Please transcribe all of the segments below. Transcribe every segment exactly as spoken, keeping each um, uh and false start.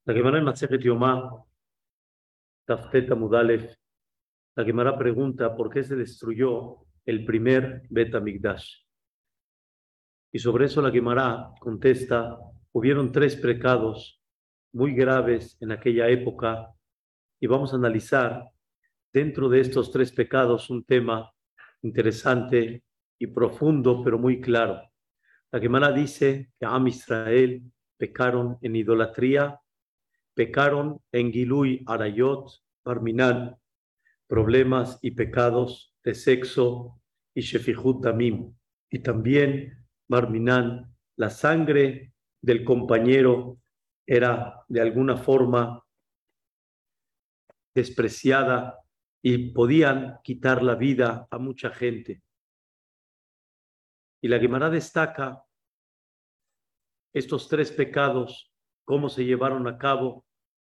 La Gemara en Masejet Yomá, Taftet Amud Aleph, la Gemara pregunta por qué se destruyó el primer Bet HaMikdash. Y sobre eso la Gemara contesta, hubieron tres pecados muy graves en aquella época y vamos a analizar dentro de estos tres pecados un tema interesante y profundo, pero muy claro. La Gemara dice que Am Israel pecaron en idolatría, pecaron en Gilui Arayot, Barminan, problemas y pecados de sexo y Shefihut Damim. Y también, Barminan, la sangre del compañero era de alguna forma despreciada y podían quitar la vida a mucha gente. Y la Gemara destaca estos tres pecados, cómo se llevaron a cabo,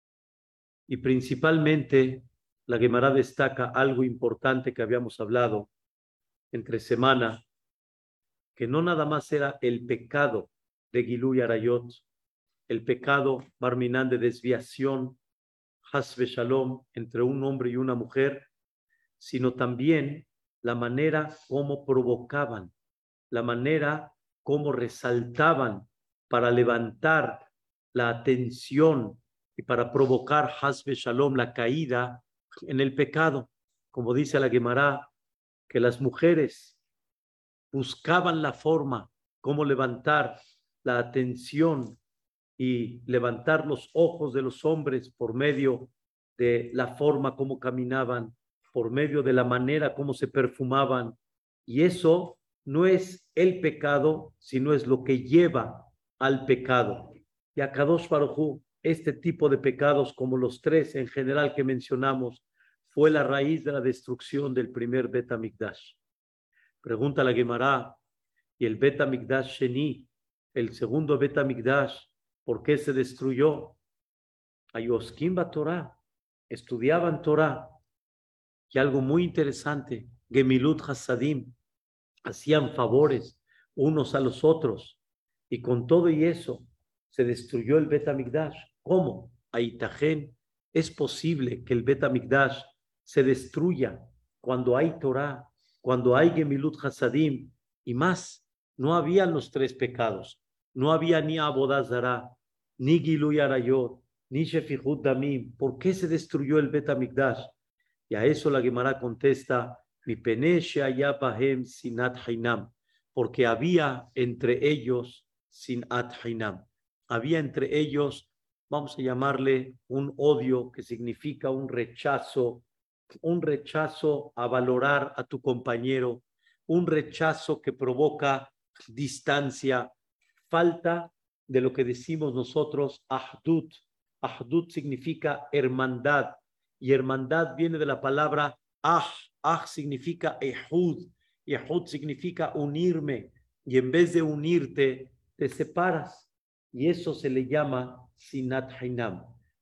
y principalmente la Gemara destaca algo importante que habíamos hablado entre semana, que no nada más era el pecado de Gilui Arayot, el pecado Barminan de desviación, Hasbe Shalom, entre un hombre y una mujer, sino también la manera como provocaban, la manera como resaltaban para levantar la atención y para provocar Hasbe Shalom, la caída en el pecado. Como dice la Gemara, que las mujeres buscaban la forma cómo levantar la atención y levantar los ojos de los hombres por medio de la forma como caminaban, por medio de la manera como se perfumaban. Y eso no es el pecado, sino es lo que lleva al pecado. Y a Kadosh Baruj Hu, este tipo de pecados, como los tres en general que mencionamos, fue la raíz de la destrucción del primer Bet HaMikdash. Pregunta la Gemara, y el Bet HaMikdash Sheni, el segundo Bet HaMikdash, ¿por qué se destruyó? Ayoskim ba Torah, estudiaban Torah, y algo muy interesante, Gemilut Hasadim, hacían favores unos a los otros, y con todo y eso se destruyó el Bet HaMikdash. ¿Cómo? Aitajen, es posible que el Bet HaMikdash se destruya cuando hay Torah, cuando hay Gemilut Hasadim, y más, no habían los tres pecados, no había ni Avodah Zarah, ni Gilui Arayot, ni Shefihut Damim. ¿Por qué se destruyó el Bet HaMikdash? Y a eso la Gemara contesta, mi pene she'aya bahem sinat hainam, porque había entre ellos sinat hainam, había entre ellos, vamos a llamarle un odio que significa un rechazo, un rechazo a valorar a tu compañero, un rechazo que provoca distancia, falta de lo que decimos nosotros, ahdut. Ahdut significa hermandad, y hermandad viene de la palabra ah, ah significa ehud, y ehud significa unirme, y en vez de unirte, te separas, y eso se le llama sinat hainam.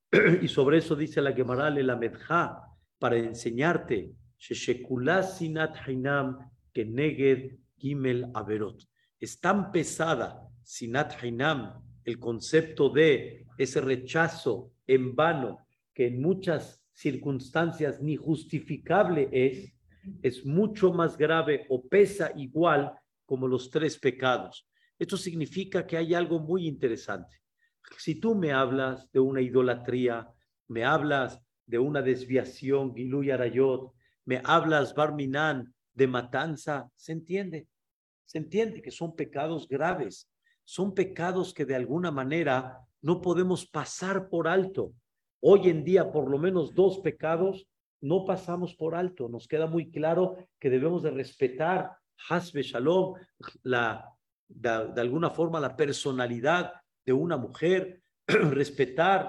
Y sobre eso dice la Gemara le la medja, para enseñarte, sheshekula sinat hainam que neged gimel averot. Es tan pesada sinat hainam, el concepto de ese rechazo en vano, que en muchas circunstancias ni justificable es, es mucho más grave o pesa igual como los tres pecados. Esto significa que hay algo muy interesante. Si tú me hablas de una idolatría, me hablas de una desviación, Gilui Arayot, me hablas, Barminan, de matanza, se entiende, se entiende que son pecados graves, son pecados que de alguna manera no podemos pasar por alto. Hoy en día, por lo menos dos pecados no pasamos por alto. Nos queda muy claro que debemos de respetar, Hasbe Shalom, la, de, de alguna forma la personalidad de una mujer, respetar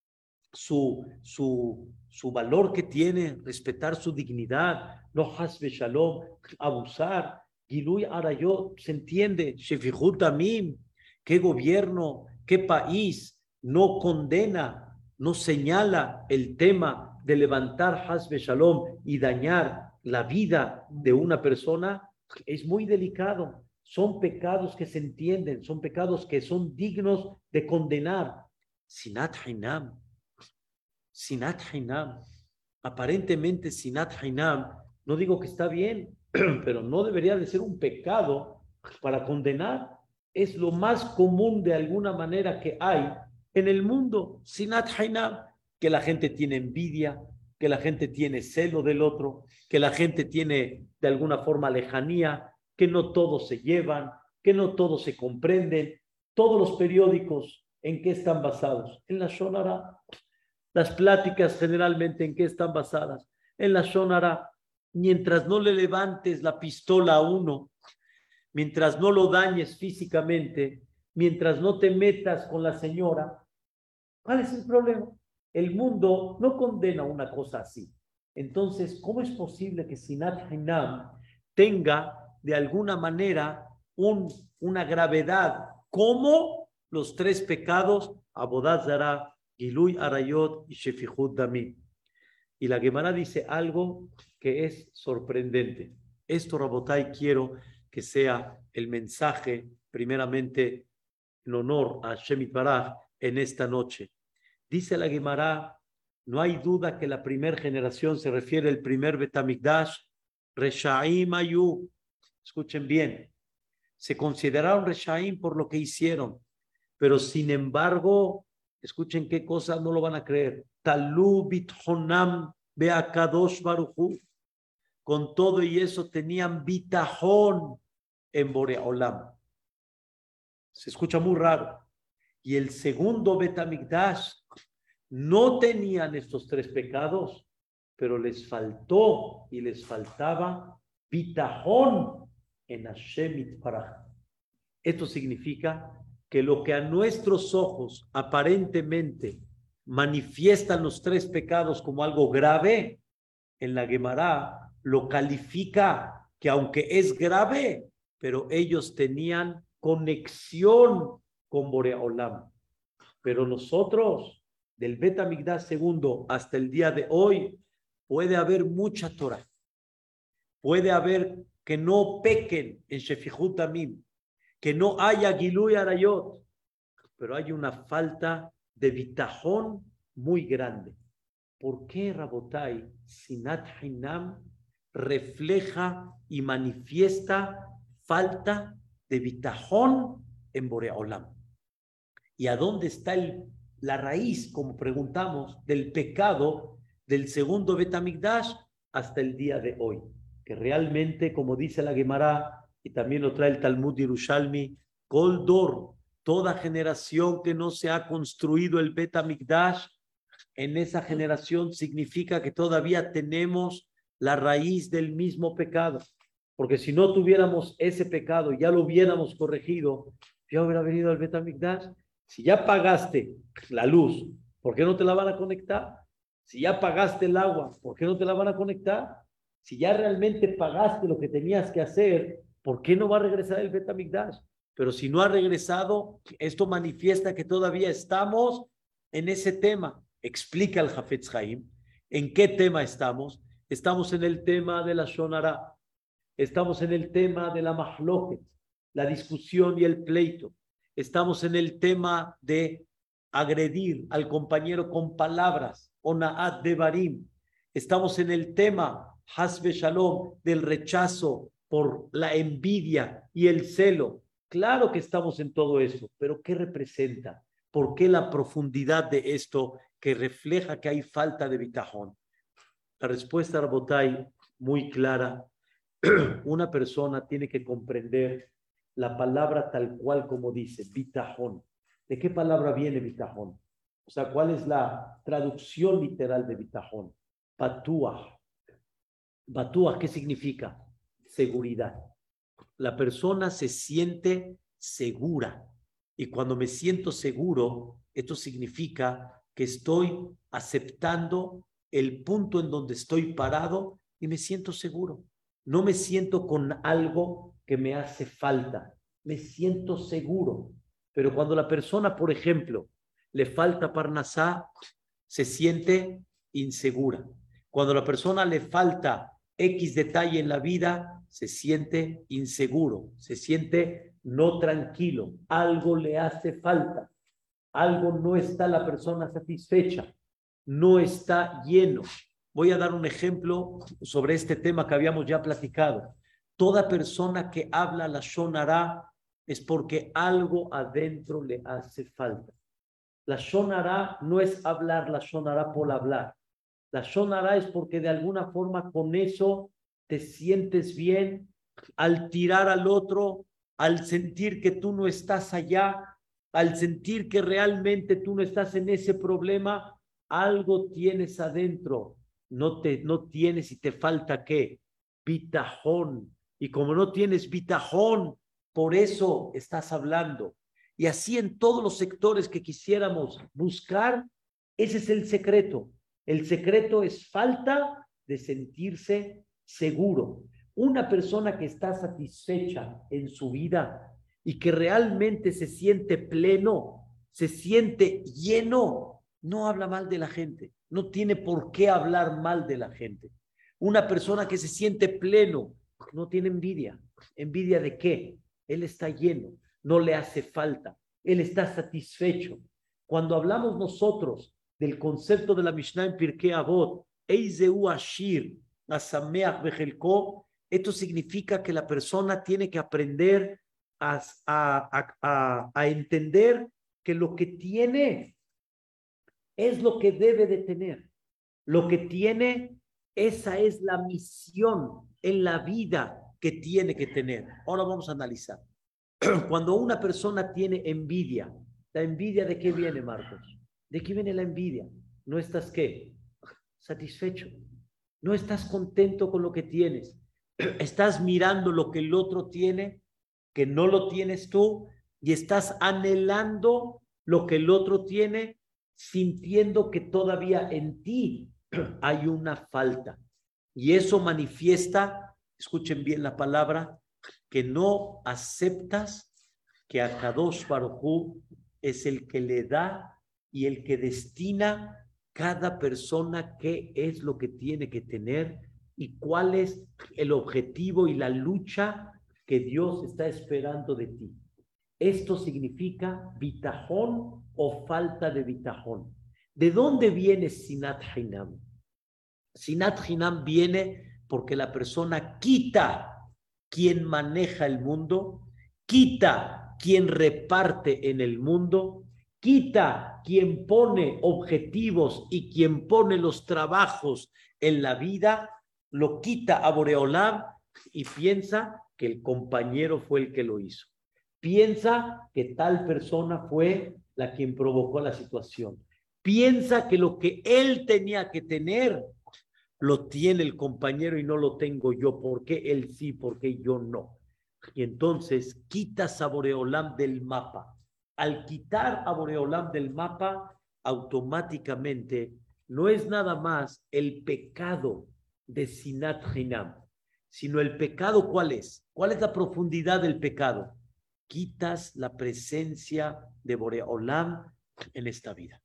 su, su, su valor que tiene, respetar su dignidad, no Hasbe Shalom, abusar. Gilui Arayot, se entiende, Shefihut Damim, qué gobierno, qué país no condena, no señala el tema de levantar Hasbe Shalom y dañar la vida de una persona. Es muy delicado. Son pecados que se entienden, son pecados que son dignos de condenar. Sinat Hainam. Sinat Hainam. Aparentemente Sinat Hainam, no digo que está bien, pero no debería de ser un pecado para condenar. Es lo más común de alguna manera que hay en el mundo. Sinat Hainam, que la gente tiene envidia, que la gente tiene celo del otro, que la gente tiene de alguna forma lejanía, que no todos se llevan, que no todos se comprenden. Todos los periódicos, ¿en qué están basados? En la Shon Hara. Las pláticas generalmente, ¿en qué están basadas? En la Shon Hara. Mientras no le levantes la pistola a uno, mientras no lo dañes físicamente, mientras no te metas con la señora, ¿cuál es el problema? El mundo no condena una cosa así. Entonces, ¿cómo es posible que Sinat Hainam tenga de alguna manera un, una gravedad como los tres pecados, Abodat Zará, Gilui Arayot y Shefihut Damim? Y la Gemara dice algo que es sorprendente. Esto, Rabotai, quiero que sea el mensaje, primeramente, en honor a Hashem Yitbaraj en esta noche. Dice la Gemara, no hay duda que la primera generación se refiere al primer Betamikdash, Reshaim Ayu. Escuchen bien, se consideraron Reshaim por lo que hicieron, pero sin embargo, escuchen qué cosa, no lo van a creer. Talu bithonam beakadosh baruchu. Con todo y eso tenían bitajón en Boreolam. Se escucha muy raro. Y el segundo Betamikdash no tenían estos tres pecados, pero les faltó y les faltaba bitajón en Hashem Yitbaraj. Esto significa que lo que a nuestros ojos aparentemente manifiestan los tres pecados como algo grave, en la Gemara lo califica que aunque es grave, pero ellos tenían conexión con Boreolam. Pero nosotros, del Betamikdash segundo hasta el día de hoy, puede haber mucha Torah. Puede haber que no pequen en Shefihut Damim, que no haya Gilui Arayot, pero hay una falta de bitajón muy grande. ¿Por qué, Rabotai, Sinat Hainam refleja y manifiesta falta de bitajón en Boreolam? ¿Y a dónde está el, la raíz, como preguntamos, del pecado del segundo Betamikdash hasta el día de hoy? Que realmente, como dice la Gemara, y también lo trae el Talmud Yerushalmi, Kol Dor, toda generación que no se ha construido el Betamikdash, en esa generación significa que todavía tenemos la raíz del mismo pecado. Porque si no tuviéramos ese pecado, ya lo hubiéramos corregido, ya hubiera venido al Betamikdash. Si ya pagaste la luz, ¿por qué no te la van a conectar? Si ya pagaste el agua, ¿por qué no te la van a conectar? Si ya realmente pagaste lo que tenías que hacer, ¿por qué no va a regresar el Betamikdash? Pero si no ha regresado, esto manifiesta que todavía estamos en ese tema. Explica el Hafetz Haim. ¿En qué tema estamos? Estamos en el tema de la Shon Hara. Estamos en el tema de la Mahloket, la discusión y el pleito. Estamos en el tema de agredir al compañero con palabras, Onaat Devarim. Estamos en el tema, Hasbe Shalom, del rechazo por la envidia y el celo. Claro que estamos en todo eso, pero ¿qué representa? ¿Por qué la profundidad de esto que refleja que hay falta de bitajón? La respuesta, Rabotai, muy clara. Una persona tiene que comprender la palabra tal cual como dice, bitajón. ¿De qué palabra viene bitajón? O sea, ¿cuál es la traducción literal de bitajón? Batuah. Batuah, ¿qué significa? Seguridad. La persona se siente segura. Y cuando me siento seguro, esto significa que estoy aceptando el punto en donde estoy parado y me siento seguro. No me siento con algo que me hace falta. Me siento seguro. Pero cuando la persona, por ejemplo, le falta parnasá, se siente insegura. Cuando a la persona le falta X detalle en la vida, se siente inseguro, se siente no tranquilo, algo le hace falta. algo no está la persona satisfecha, no está lleno. Voy a dar un ejemplo sobre este tema que habíamos ya platicado. Toda persona que habla la Lashon Hara es porque algo adentro le hace falta. La Lashon Hara no es hablar la Lashon Hara por hablar. La Lashon Hara es porque de alguna forma con eso te sientes bien al tirar al otro, al sentir que tú no estás allá, al sentir que realmente tú no estás en ese problema, algo tienes adentro. No, te, no tienes y te falta ¿qué? Bitajón. Y como no tienes bitajón, por eso estás hablando. Y así en todos los sectores que quisiéramos buscar, ese es el secreto. El secreto es falta de sentirse seguro. Una persona que está satisfecha en su vida y que realmente se siente pleno, se siente lleno, no habla mal de la gente. No tiene por qué hablar mal de la gente. Una persona que se siente pleno no tiene envidia. ¿Envidia de qué? Él está lleno, no le hace falta. Él está satisfecho. Cuando hablamos nosotros del concepto de la Mishnah en Pirkei Avot, Eizeu Ashir, Asameach Bejelko, esto significa que la persona tiene que aprender a, a, a, a entender que lo que tiene es lo que debe de tener. Lo que tiene, esa es la misión en la vida que tiene que tener. Ahora vamos a analizar. Cuando una persona tiene envidia, ¿la envidia de qué viene, Marcos? ¿De qué viene la envidia? ¿No estás qué? Satisfecho. No estás contento con lo que tienes. Estás mirando lo que el otro tiene, que no lo tienes tú, y estás anhelando lo que el otro tiene, sintiendo que todavía en ti hay una falta. Y eso manifiesta, escuchen bien la palabra, que no aceptas que Akadosh Baruj Hu es el que le da y el que destina cada persona qué es lo que tiene que tener y cuál es el objetivo y la lucha que Dios está esperando de ti. Esto significa bitajón o falta de bitajón. ¿De dónde viene Sinat Hinam? Sinat Hinam viene porque la persona quita quien maneja el mundo, quita quien reparte en el mundo, quita quien pone objetivos y quien pone los trabajos en la vida, lo quita a Boreolam y piensa que el compañero fue el que lo hizo. Piensa que tal persona fue la quien provocó la situación. Piensa que lo que él tenía que tener lo tiene el compañero y no lo tengo yo. ¿Por qué él sí? ¿Por qué yo no? Y entonces quitas a Boreolam del mapa. Al quitar a Boreolam del mapa, automáticamente no es nada más el pecado de Sinat Hinam, sino el pecado, ¿cuál es? ¿Cuál es la profundidad del pecado? Quitas la presencia de Boreolam en esta vida.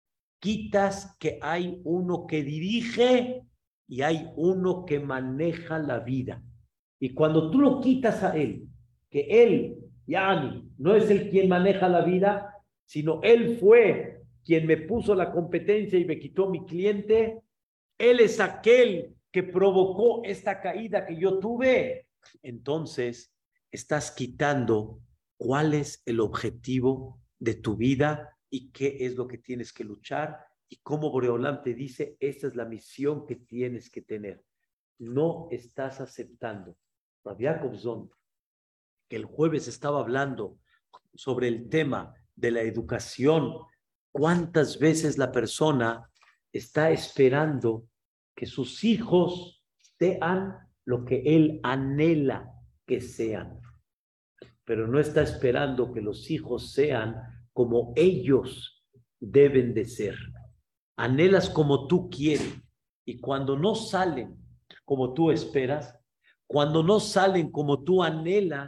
Quitas que hay uno que dirige y hay uno que maneja la vida. Y cuando tú lo quitas a él, que él, Yani, no es el quien maneja la vida, sino él fue quien me puso la competencia y me quitó mi cliente, él es aquel que provocó esta caída que yo tuve, entonces estás quitando cuál es el objetivo de tu vida y qué es lo que tienes que luchar y cómo Boreolam te dice, esta es la misión que tienes que tener. No estás aceptando. Rabbi Yaakov Zon, que el jueves estaba hablando sobre el tema de la educación, cuántas veces la persona está esperando que sus hijos sean lo que él anhela que sean, pero no está esperando que los hijos sean como ellos deben de ser. Anhelas como tú quieres y cuando no salen como tú esperas, cuando no salen como tú anhelas,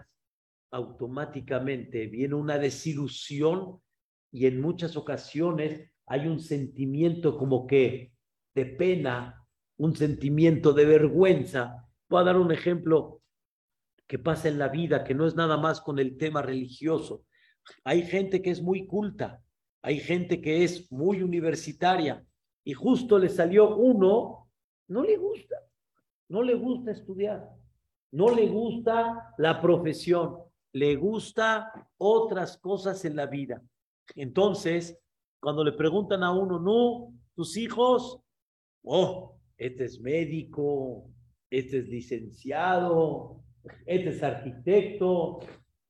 automáticamente viene una desilusión y en muchas ocasiones hay un sentimiento como que de pena, un sentimiento de vergüenza. Voy a dar un ejemplo que pasa en la vida, que no es nada más con el tema religioso. Hay gente que es muy culta, Hay gente que es muy universitaria y justo le salió uno, no le gusta, no le gusta estudiar, no le gusta la profesión, le gusta otras cosas en la vida. Entonces, cuando le preguntan a uno, no, tus hijos, oh, este es médico, este es licenciado, este es arquitecto,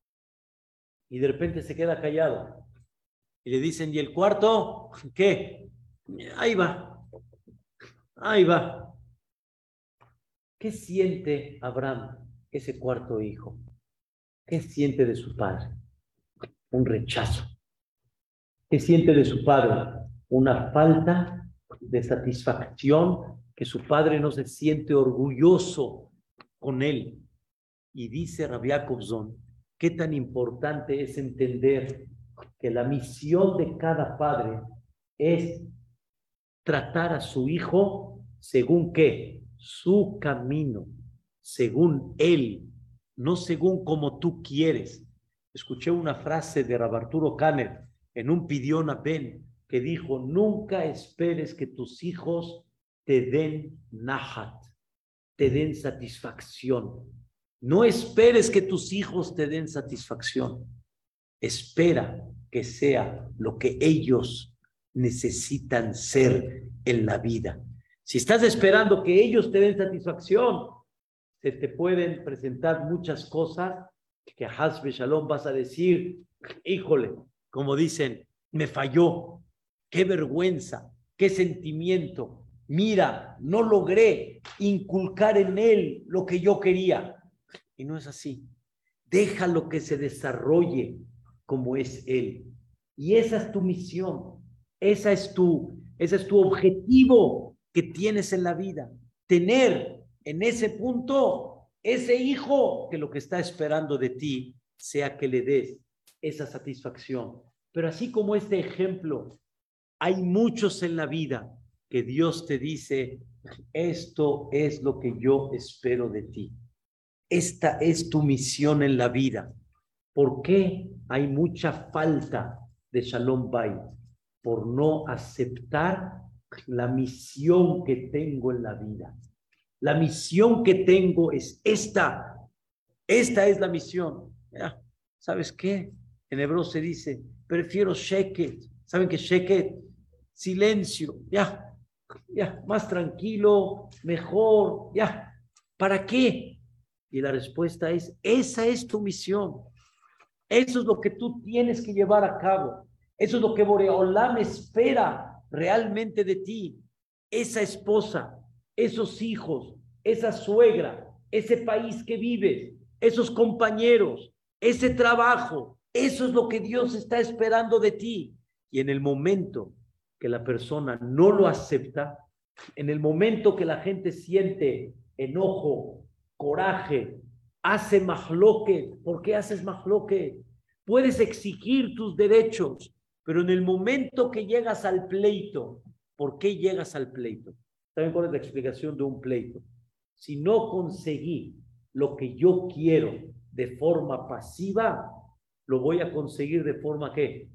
y de repente se queda callado. Y le dicen, ¿y el cuarto? ¿Qué? Ahí va, ahí va. ¿Qué siente Abraham, ese cuarto hijo? ¿Qué siente de su padre? Un rechazo. ¿Qué siente de su padre? Una falta de satisfacción, que su padre no se siente orgulloso con él. Y dice Rabbi Jacobson, qué tan importante es entender que la misión de cada padre es tratar a su hijo según qué, su camino, según él, no según como tú quieres. Escuché una frase de Rabbi Arturo Caner en un Pidyon Ben que dijo, nunca esperes que tus hijos te den nahat, te den satisfacción. No esperes que tus hijos te den satisfacción. Espera que sea lo que ellos necesitan ser en la vida. Si estás esperando que ellos te den satisfacción, se te pueden presentar muchas cosas que a Hasbe Shalom vas a decir, híjole, como dicen, me falló, qué vergüenza, qué sentimiento. Mira, no logré inculcar en él lo que yo quería. Y no es así. Déjalo que se desarrolle como es él. Y esa es tu misión. Esa es tu, ese es tu objetivo que tienes en la vida. Tener en ese punto ese hijo que lo que está esperando de ti sea que le des esa satisfacción. Pero así como este ejemplo, hay muchos en la vida que Dios te dice, esto es lo que yo espero de ti. Esta es tu misión en la vida. ¿Por qué hay mucha falta de Shalom Bayit? Por no aceptar la misión que tengo en la vida. La misión que tengo es esta. Esta es la misión. Ya, ¿sabes qué? En hebreo se dice, prefiero sheket. ¿Saben qué sheket? Silencio. Ya, ya, más tranquilo, mejor. Ya, ¿para qué? Y la respuesta es, esa es tu misión. Eso es lo que tú tienes que llevar a cabo. Eso es lo que Boreolam espera realmente de ti. Esa esposa, esos hijos, esa suegra, ese país que vives, esos compañeros, ese trabajo. Eso es lo que Dios está esperando de ti. Y en el momento que la persona no lo acepta, en el momento que la gente siente enojo, coraje, hace mahloque. ¿Por qué haces mahloque? Puedes exigir tus derechos, pero en el momento que llegas al pleito, ¿por qué llegas al pleito? ¿Saben cuál es la explicación de un pleito? Si no conseguí lo que yo quiero de forma pasiva, lo voy a conseguir de forma ¿qué?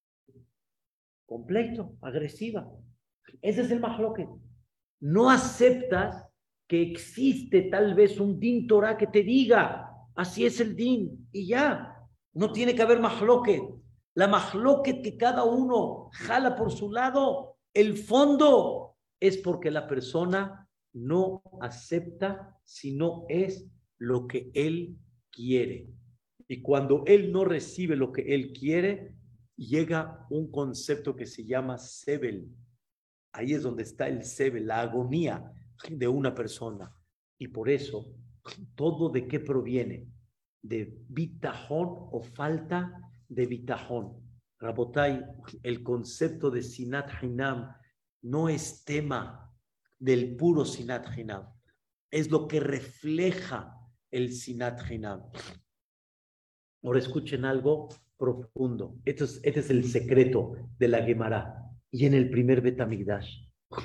Con pleito, agresiva. Ese es el mahloque. No aceptas que existe tal vez un din Torah que te diga, así es el din, y ya, no tiene que haber mahloket. La mahloket que cada uno jala por su lado, el fondo es porque la persona no acepta, sino es lo que él quiere. Y cuando él no recibe lo que él quiere, llega un concepto que se llama sebel. Ahí es donde está el sebel, la agonía de una persona. Y por eso, ¿todo de qué proviene? De bitajón o falta de bitajón. Rabotai, el concepto de sinat hinam no es tema del puro sinat hinam. Es lo que refleja el sinat hinam. Ahora escuchen algo profundo. Este es, este es el secreto de la Gemara. Y en el primer Bet Hamikdash,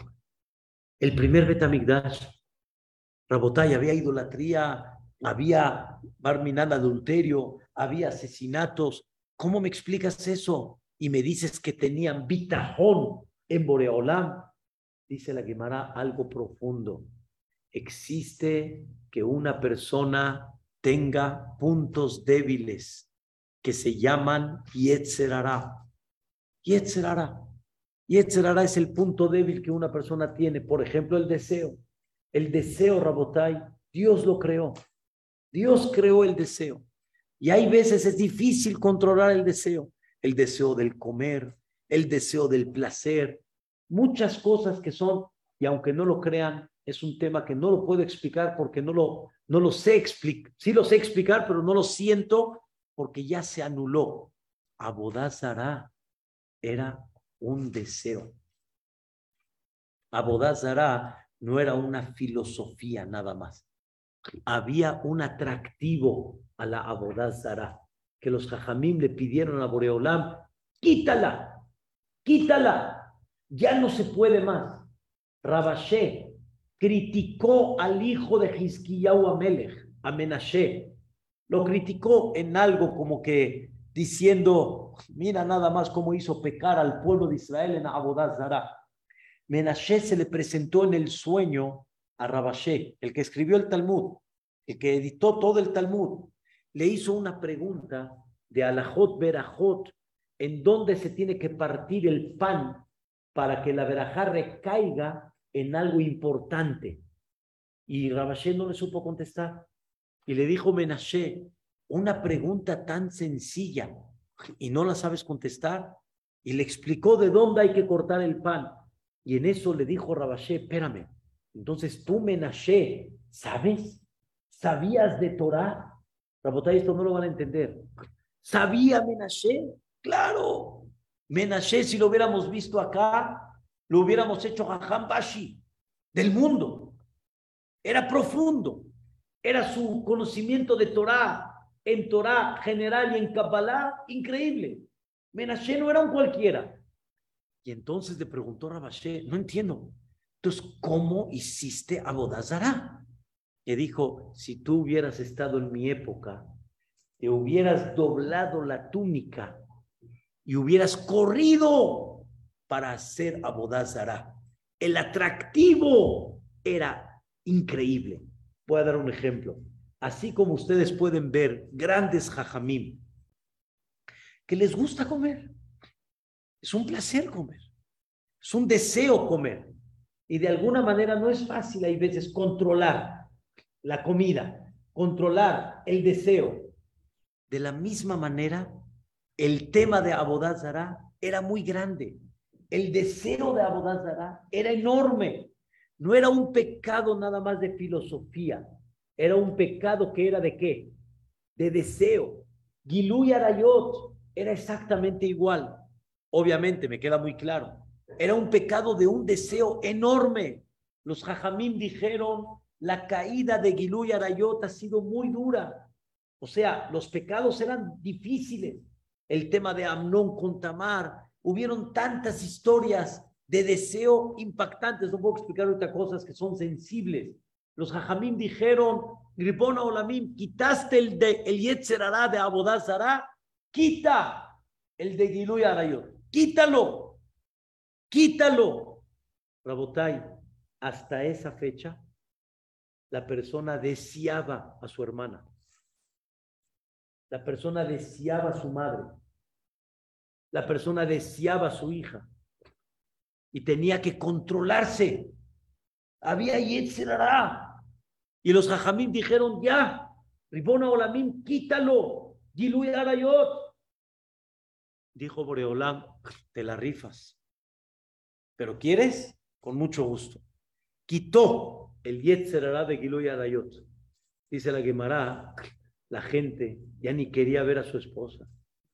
el primer Bet Hamikdash, Rabotay, había idolatría, había barminal adulterio, había asesinatos. ¿Cómo me explicas eso? y me dices que tenían bitajón en Boreolam. Dice la Gemara algo profundo. Existe que una persona tenga puntos débiles que se llaman Yetzer Hara. Yetzer Hara. Yetzer Hara es el punto débil que una persona tiene. Por ejemplo, el deseo. El deseo, Rabotai, Dios lo creó. Dios creó el deseo. Y hay veces es difícil controlar el deseo. El deseo del comer, el deseo del placer. Muchas cosas que son, y aunque no lo crean, es un tema que no lo puedo explicar porque no lo, no lo sé explicar. Sí lo sé explicar, pero no lo siento porque ya se anuló. Abodá Zará era un deseo. Abodá Zará no era una filosofía nada más. Había un atractivo a la Abodá Zará, que los Jajamim le pidieron a Boreolam, quítala, quítala, ya no se puede más. Rabashé criticó al hijo de Hizkiyahu Amelech, a Menashe, lo criticó en algo como que diciendo, mira nada más cómo hizo pecar al pueblo de Israel en Abodá Zará. Menashe se le presentó en el sueño a Rabashé, el que escribió el Talmud, el que editó todo el Talmud, le hizo una pregunta de alajot berajot, en dónde se tiene que partir el pan para que la verajá recaiga en algo importante. Y Rabashé no le supo contestar. Y le dijo Menashe, una pregunta tan sencilla y no la sabes contestar. Y le explicó de dónde hay que cortar el pan. Y en eso le dijo Rabashé, espérame, entonces tú, Menashe, ¿sabes? ¿Sabías de Torah? Rabotay, esto no lo van a entender. ¿Sabía Menashe? Claro. Menashe, si lo hubiéramos visto acá, lo hubiéramos hecho Jajam Bashi del mundo. Era profundo. Era su conocimiento de Torah, en Torah general y en Kabbalah, increíble. Menashe no era un cualquiera. Y entonces le preguntó Rabashé, no entiendo, entonces, ¿cómo hiciste Abodá Zará? Le dijo, si tú hubieras estado en mi época, te hubieras doblado la túnica y hubieras corrido para hacer Abodá Zará. El atractivo era increíble. Voy a dar un ejemplo. Así como ustedes pueden ver grandes jajamim que les gusta comer. Es un placer comer. Es un deseo comer. Y de alguna manera no es fácil, hay veces, controlar la comida, controlar el deseo. De la misma manera, el tema de Abodá Zará era muy grande. El deseo de Abodá Zará era enorme. No era un pecado nada más de filosofía. Era un pecado que era de qué? De deseo. Gilui Arayot era exactamente igual. Obviamente, me queda muy claro. Era un pecado de un deseo enorme. Los jajamim dijeron, la caída de Gilui Arayot ha sido muy dura. O sea, los pecados eran difíciles. El tema de Amnón con Tamar, hubieron tantas historias de deseo impactantes. No puedo explicar ahorita cosas que son sensibles. Los jajamim dijeron, Ribona Olamim, quitaste el, de, el Yetzer Hara de Abodá Zará, quita el de Gilui Arayot. Quítalo, quítalo. Rabotay, hasta esa fecha, la persona deseaba a su hermana. La persona deseaba a su madre. La persona deseaba a su hija. Y tenía que controlarse. Había Yetzer Hara. Y los jajamim dijeron, ya, Ribona Olamim, quítalo. Gilui Arayot. Dijo Boreolam, te la rifas. ¿Pero quieres? Con mucho gusto. Quitó el Yetzer Hara de Gilui Arayot. Dice la Gemara, la gente ya ni quería ver a su esposa.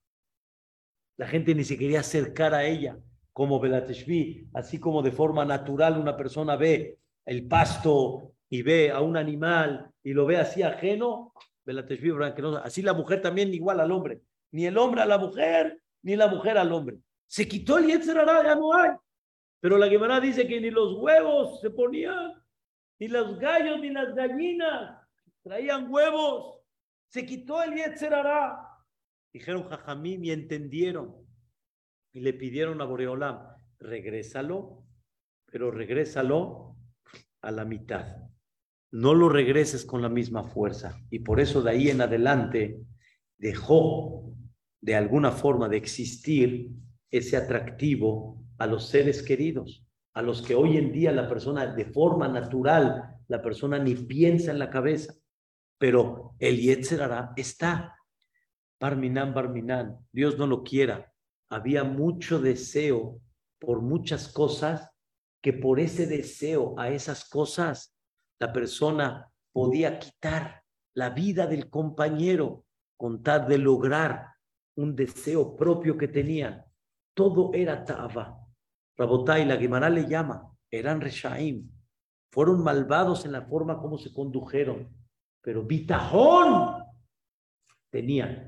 La gente ni se quería acercar a ella, como Belateshvi, así como de forma natural una persona ve el pasto y ve a un animal y lo ve así ajeno, Belateshvi, así la mujer también igual al hombre. Ni el hombre a la mujer, ni la mujer al hombre. Se quitó el Yetzer Hara, ya no hay. Pero la Gemara dice que ni los huevos se ponían, ni los gallos, ni las gallinas traían huevos. Se quitó el Yetzer Hara. Dijeron jajamim y entendieron. y le pidieron a Boreolam, regrésalo, pero regrésalo a la mitad. No lo regreses con la misma fuerza. Y por eso de ahí en adelante dejó de alguna forma de existir ese atractivo a los seres queridos, a los que hoy en día la persona de forma natural, la persona ni piensa en la cabeza. Pero el Yetzer Hará está. Barminan, Barminan, Dios no lo quiera. Había mucho deseo por muchas cosas, que por ese deseo a esas cosas, la persona podía quitar la vida del compañero con tal de lograr un deseo propio que tenían. Todo era ta'ava. Rabotai, la Gemara le llama, eran reshaim. Fueron malvados en la forma como se condujeron, pero bitajón tenían.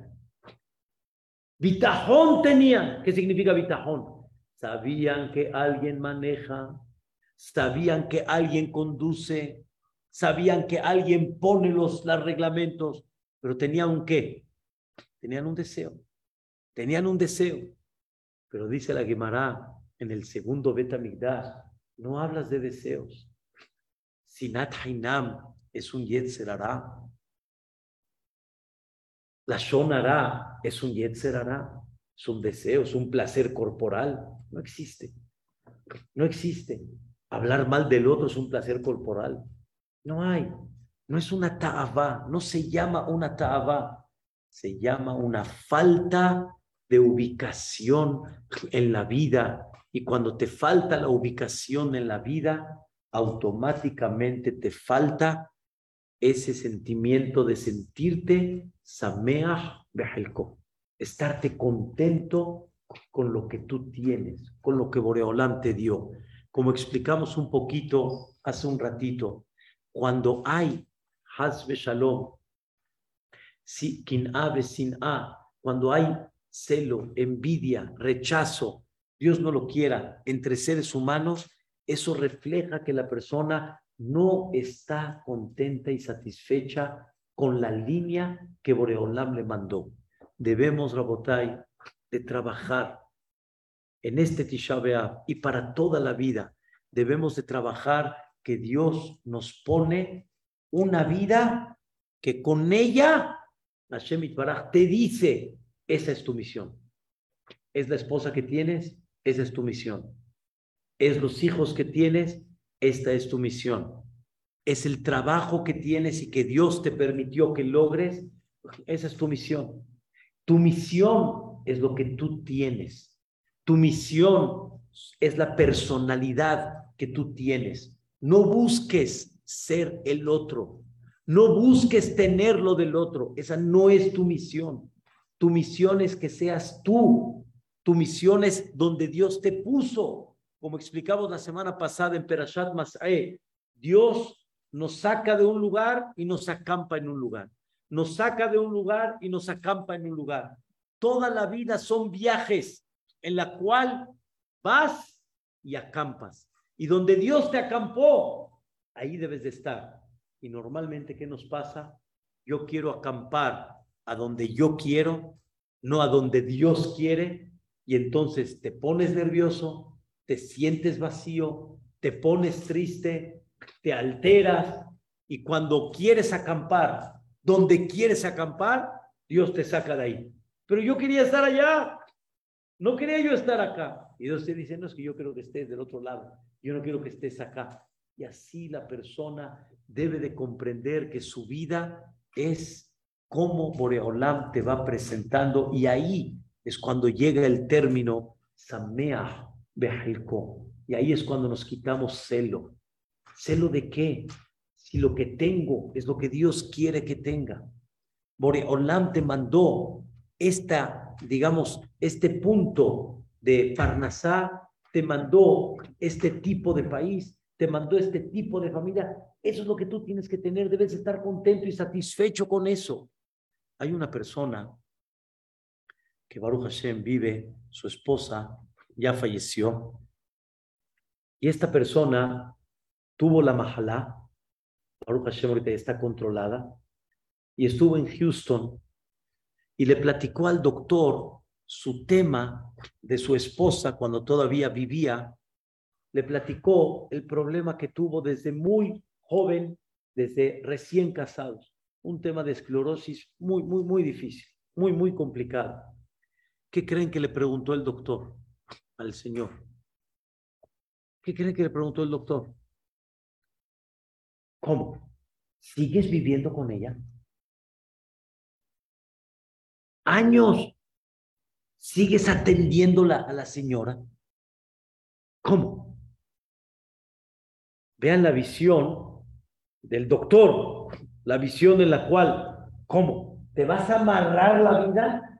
Bitajón tenían. ¿Qué significa bitajón? Sabían que alguien maneja, sabían que alguien conduce, sabían que alguien pone los, los reglamentos, pero tenían un qué, tenían un deseo, tenían un deseo. Pero dice la Gemara en el segundo Bet Hamikdash, no hablas de deseos. Sinat Hainam es un Yetzer Hará. La Shon Hará es un Yetzer Hará, es un deseo, es un placer corporal. No existe. No existe. Hablar mal del otro es un placer corporal. No hay. No es una ta'avá. No se llama una ta'avá. Se llama una falta de ubicación en la vida. Y cuando te falta la ubicación en la vida, automáticamente te falta ese sentimiento de sentirte sameach behelko, estarte contento con lo que tú tienes, con lo que Boreolam te dio. Como explicamos un poquito hace un ratito, cuando hay haz shalom, si kin'a besin'a, cuando hay celo, envidia, rechazo, Dios no lo quiera, entre seres humanos, eso refleja que la persona no está contenta y satisfecha con la línea que Boreolam le mandó. Debemos, Rabotai, de trabajar en este Tisha B'Av y para toda la vida. Debemos de trabajar que Dios nos pone una vida que con ella Hashem Yitbaraj te dice, esa es tu misión. Es la esposa que tienes, esa es tu misión. Es los hijos que tienes, esta es tu misión. Es el trabajo que tienes y que Dios te permitió que logres, esa es tu misión. Tu misión es lo que tú tienes. Tu misión es la personalidad que tú tienes. No busques ser el otro. No busques tener lo del otro. Esa no es tu misión. Tu misión es que seas tú. Tu misión es donde Dios te puso. Como explicamos la semana pasada en Perashat Mas'eh, Dios nos saca de un lugar y nos acampa en un lugar. Nos saca de un lugar y nos acampa en un lugar. Toda la vida son viajes en la cual vas y acampas. Y donde Dios te acampó, ahí debes de estar. Y normalmente, ¿qué nos pasa? Yo quiero acampar a donde yo quiero, no a donde Dios quiere, y entonces te pones nervioso, te sientes vacío, te pones triste, te alteras, y cuando quieres acampar, donde quieres acampar, Dios te saca de ahí. Pero yo quería estar allá, no quería yo estar acá. Y Dios te dice, no, es que yo quiero que estés del otro lado, yo no quiero que estés acá. Y así la persona debe de comprender que su vida es como Boreolam te va presentando, y ahí es cuando llega el término Sameach Behelko. Y ahí es cuando nos quitamos celo. ¿Celo de qué? Si lo que tengo es lo que Dios quiere que tenga. Boreolam te mandó esta, digamos, este punto de Parnasá, te mandó este tipo de país, te mandó este tipo de familia. Eso es lo que tú tienes que tener, debes estar contento y satisfecho con eso. Hay una persona que Baruch Hashem vive, su esposa ya falleció, y esta persona tuvo la mahalá, Baruch Hashem ahorita está controlada, y estuvo en Houston y le platicó al doctor su tema de su esposa cuando todavía vivía, le platicó el problema que tuvo desde muy joven, desde recién casados. Un tema de esclerosis muy, muy, muy difícil, muy, muy complicado. ¿Qué creen que le preguntó el doctor al señor? ¿Qué creen que le preguntó el doctor? ¿Cómo? ¿Sigues viviendo con ella? ¿Años sigues atendiéndola a la señora? ¿Cómo? Vean la visión del doctor, la visión en la cual, ¿cómo? ¿Te vas a amarrar la vida?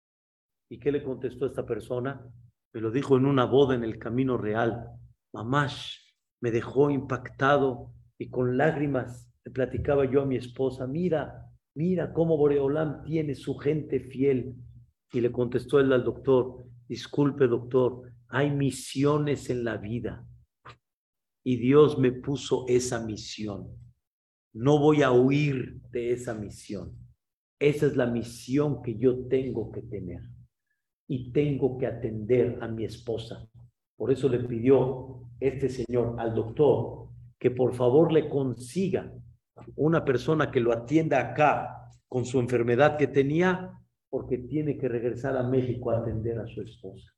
¿Y qué le contestó esta persona? Me lo dijo en una boda en el Camino Real. Mamash, me dejó impactado y con lágrimas le platicaba yo a mi esposa, mira, mira cómo Boreolam tiene su gente fiel. Y le contestó él al doctor, disculpe doctor, hay misiones en la vida y Dios me puso esa misión. No voy a huir de esa misión. Esa es la misión que yo tengo que tener. Y tengo que atender a mi esposa. Por eso le pidió este señor al doctor que por favor le consiga una persona que lo atienda acá con su enfermedad que tenía, porque tiene que regresar a México a atender a su esposa.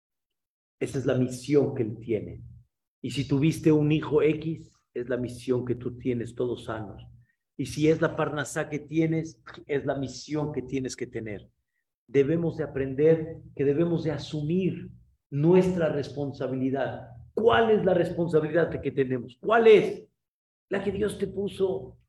Esa es la misión que él tiene. Y si tuviste un hijo X, es la misión que tú tienes todos sanos. Y si es la parnasá que tienes, es la misión que tienes que tener. Debemos de aprender que debemos de asumir nuestra responsabilidad. ¿Cuál es la responsabilidad que tenemos? ¿Cuál es? La que Dios te puso.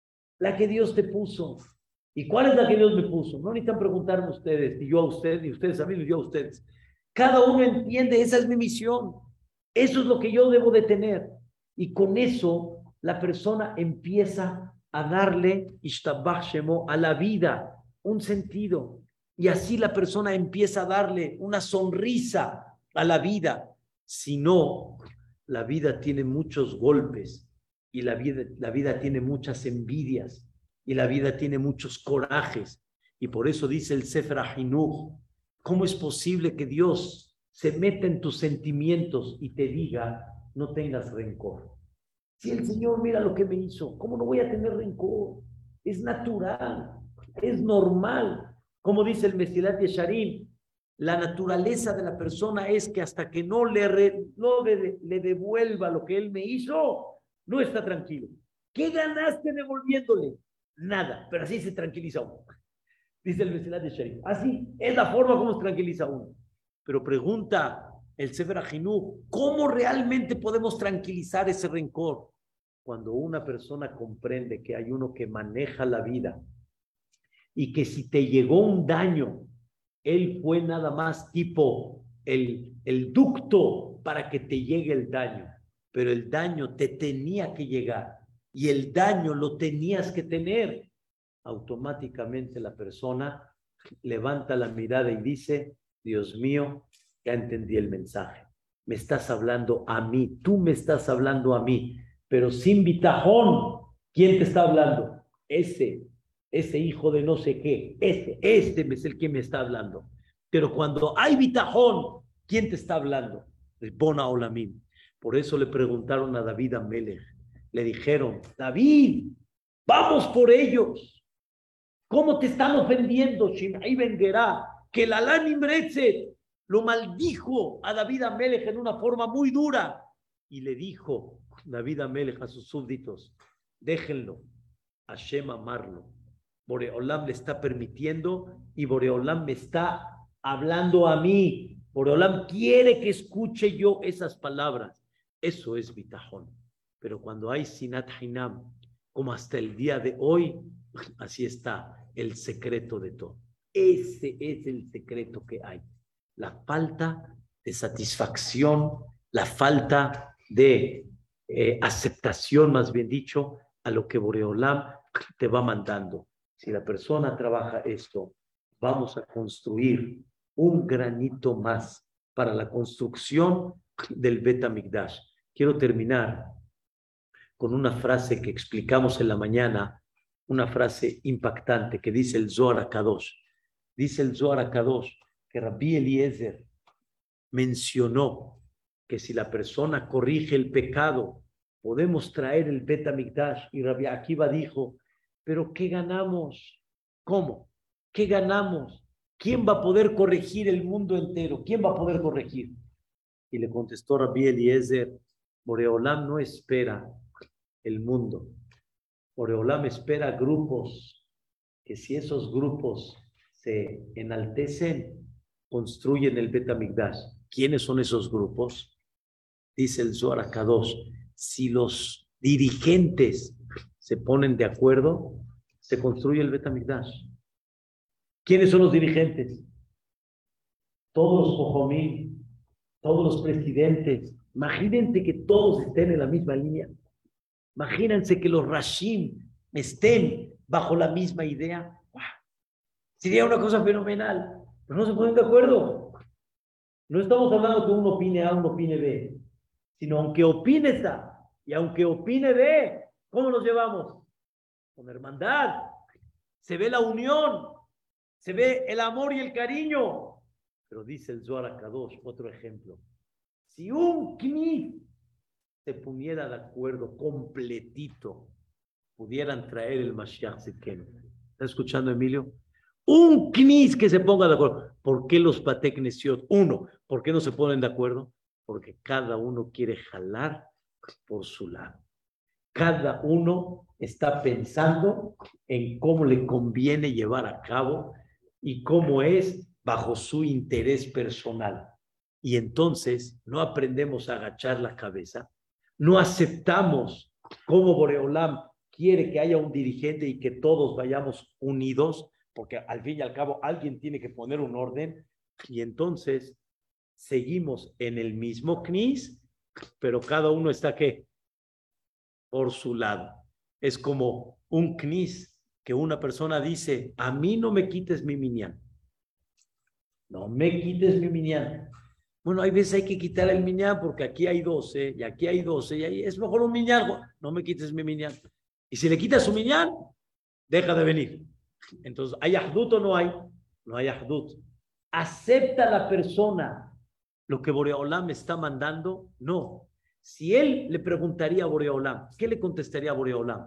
La que Dios te puso. ¿Y cuál es la que Dios me puso? No necesitan preguntarme ustedes, ni yo a ustedes, ni ustedes a mí, ni yo a ustedes. Cada uno entiende, esa es mi misión. Eso es lo que yo debo de tener. Y con eso la persona empieza a darle, Ishtabach Shemo, a la vida un sentido. Y así la persona empieza a darle una sonrisa a la vida. Si no, la vida tiene muchos golpes y la vida, la vida tiene muchas envidias y la vida tiene muchos corajes. Y por eso dice el Sefer HaHinuch, ¿cómo es posible que Dios se meta en tus sentimientos y te diga, no tengas rencor? Si el Señor mira lo que me hizo, ¿cómo no voy a tener rencor? Es natural, es normal. Como dice el Mesilat Yesharim, la naturaleza de la persona es que hasta que no le, re, no le, le devuelva lo que él me hizo, no está tranquilo. ¿Qué ganaste devolviéndole? Nada, pero así se tranquiliza uno. Dice el Mesilat Yesharim. Así es la forma como se tranquiliza uno. Pero pregunta el Sefer HaHinuch, ¿cómo realmente podemos tranquilizar ese rencor? Cuando una persona comprende que hay uno que maneja la vida y que si te llegó un daño, él fue nada más tipo el, el ducto para que te llegue el daño, pero el daño te tenía que llegar y el daño lo tenías que tener. Automáticamente la persona levanta la mirada y dice, Dios mío, ya entendí el mensaje. Me estás hablando a mí, tú me estás hablando a mí, pero sin bitajón, ¿quién te está hablando? Ese, ese hijo de no sé qué, este, este es el que me está hablando. Pero cuando hay bitajón, ¿quién te está hablando? Bona Olamim. Por eso le preguntaron a David Amelech, le dijeron, David, vamos por ellos. ¿Cómo te están ofendiendo, Shimei ben Gerá? Que el Alá Nimretzet lo maldijo a David Amelech en una forma muy dura. Y le dijo David Amelech a sus súbditos, déjenlo, Hashem amarlo. Boreolam le está permitiendo y Boreolam me está hablando a mí. Boreolam quiere que escuche yo esas palabras. Eso es bitajón. Pero cuando hay sinat hinam, como hasta el día de hoy, así está el secreto de todo. Ese es el secreto que hay. La falta de satisfacción, la falta de eh, aceptación, más bien dicho, a lo que Boreolam te va mandando. Si la persona trabaja esto, vamos a construir un granito más para la construcción del Bet HaMikdash. Quiero terminar con una frase que explicamos en la mañana, una frase impactante que dice el Zohar HaKadosh. Dice el Zohar HaKadosh que Rabbi Eliezer mencionó que si la persona corrige el pecado, podemos traer el Bet HaMikdash. Y Rabbi Akiva dijo, ¿pero qué ganamos? ¿Cómo? ¿Qué ganamos? ¿Quién va a poder corregir el mundo entero? ¿Quién va a poder corregir? Y le contestó Rabbi Eliezer, Boreolam no espera el mundo. Boreolam espera grupos, que si esos grupos se enaltecen, construyen el Bet HaMikdash. ¿Quiénes son esos grupos? Dice el Zohar HaKadosh, si los dirigentes se ponen de acuerdo, se construye el Bet HaMikdash. ¿Quiénes son los dirigentes? Todos los Jojomim, todos los presidentes. Imagínense que todos estén en la misma línea. Imagínense que los Rashim estén bajo la misma idea. ¡Wow! Sería una cosa fenomenal, pero no se ponen de acuerdo. No estamos hablando que uno opine A, uno opine B, sino aunque opine A y aunque opine B, ¿cómo nos llevamos? Con hermandad. Se ve la unión, se ve el amor y el cariño. Pero dice el Zohar HaKadosh, otro ejemplo, si un knis se pusiera de acuerdo completito, pudieran traer el Mashiach Tzidkenu. ¿Está escuchando, Emilio? Un knis que se ponga de acuerdo. ¿Por qué los Batek Nesiot? Uno, ¿por qué no se ponen de acuerdo? Porque cada uno quiere jalar por su lado. Cada uno está pensando en cómo le conviene llevar a cabo y cómo es bajo su interés personal. Y entonces no aprendemos a agachar la cabeza, no aceptamos cómo Boreolam quiere que haya un dirigente y que todos vayamos unidos, porque al fin y al cabo alguien tiene que poner un orden, y entonces seguimos en el mismo knis, pero cada uno está ¿qué? Por su lado. Es como un knis que una persona dice, a mí no me quites mi minyan. No me quites mi minyan. Bueno, hay veces hay que quitar el minyan porque aquí hay doce y aquí hay doce y ahí es mejor un minyan. No me quites mi minyan. Y si le quitas su minyan, deja de venir. Entonces, ¿hay ahdut o no hay? No hay ahdut. ¿Acepta la persona lo que Boreolam está mandando? No. Si él le preguntaría a Boreolam, ¿qué le contestaría a Boreolam?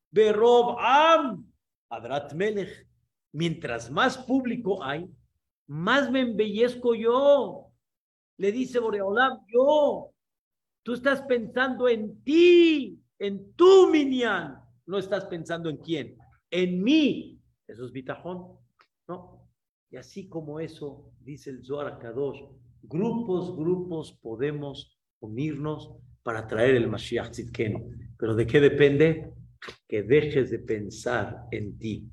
Berob am Adrat Melech. Mientras más público hay, más me embellezco yo. Le dice Boreolam, yo. Tú estás pensando en ti, en tu minyan. No estás pensando en quién. En mí. Eso es bitajón, ¿no? Y así como eso, dice el Zohar HaKadosh, grupos, grupos podemos unirnos para traer el Mashiach Tzidkenu. ¿Pero de qué depende? Que dejes de pensar en ti.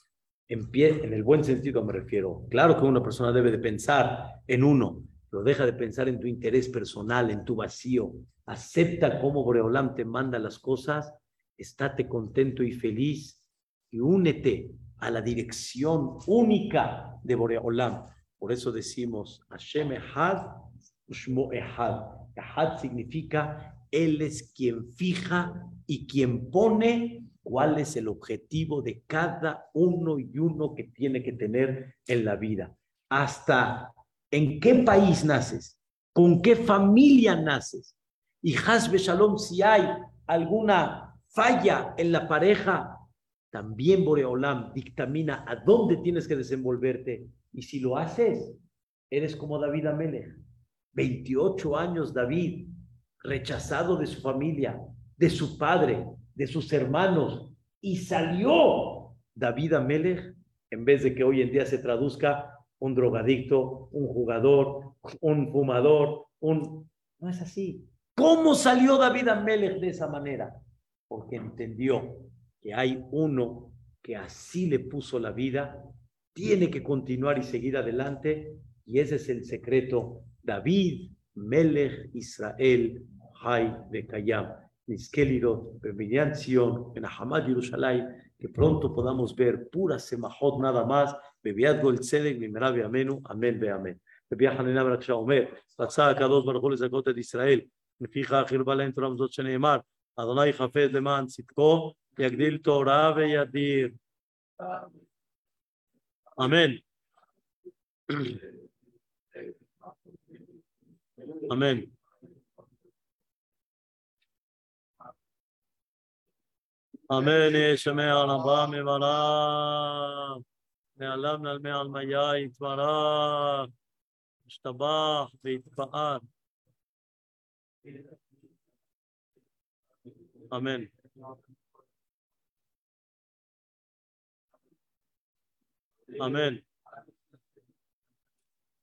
En, pie, en el buen sentido me refiero. Claro que una persona debe de pensar en uno, pero deja de pensar en tu interés personal, en tu vacío. Acepta cómo Boreolam te manda las cosas, estate contento y feliz y únete a la dirección única de Boreolam. Por eso decimos Hashem Echad, Ushmo Echad. Echad significa Él es quien fija y quien pone cuál es el objetivo de cada uno y uno que tiene que tener en la vida. Hasta en qué país naces, con qué familia naces. Y Hasbe Shalom, si hay alguna falla en la pareja, también Boreolam dictamina a dónde tienes que desenvolverte. Y si lo haces, eres como David Amelech. veintiocho años David, rechazado de su familia, de su padre, de sus hermanos, y salió David Amelech, en vez de que hoy en día se traduzca un drogadicto, un jugador, un fumador, un... No es así. ¿Cómo salió David Amelech de esa manera? Porque entendió que hay uno que así le puso la vida, tiene que continuar y seguir adelante, y ese es el secreto. David, Melech Israel, Hay de Kayam, Niskelirot, Bebinyan Sion, en Ahamad Yerushalayim, que pronto podamos ver pura semajot nada más, Bebiat Gol Tzedek, Mimerabi Amenu, Amén ve Amén. Bebiat Hanina Barak Omer, Ratzah Kadosh Baruch Hu lezakot et Israel, לפיכך הרבה להם תורה מזאת שנאמר, אדוני חפץ למען צדקו, יגדיל תורה וידיר. אמן. Amén. Amén. Yeshua Alabama Mevara. Me'alam al me'al maya itvarach. Ishtabach v'itpa'ar. Amén. Amén.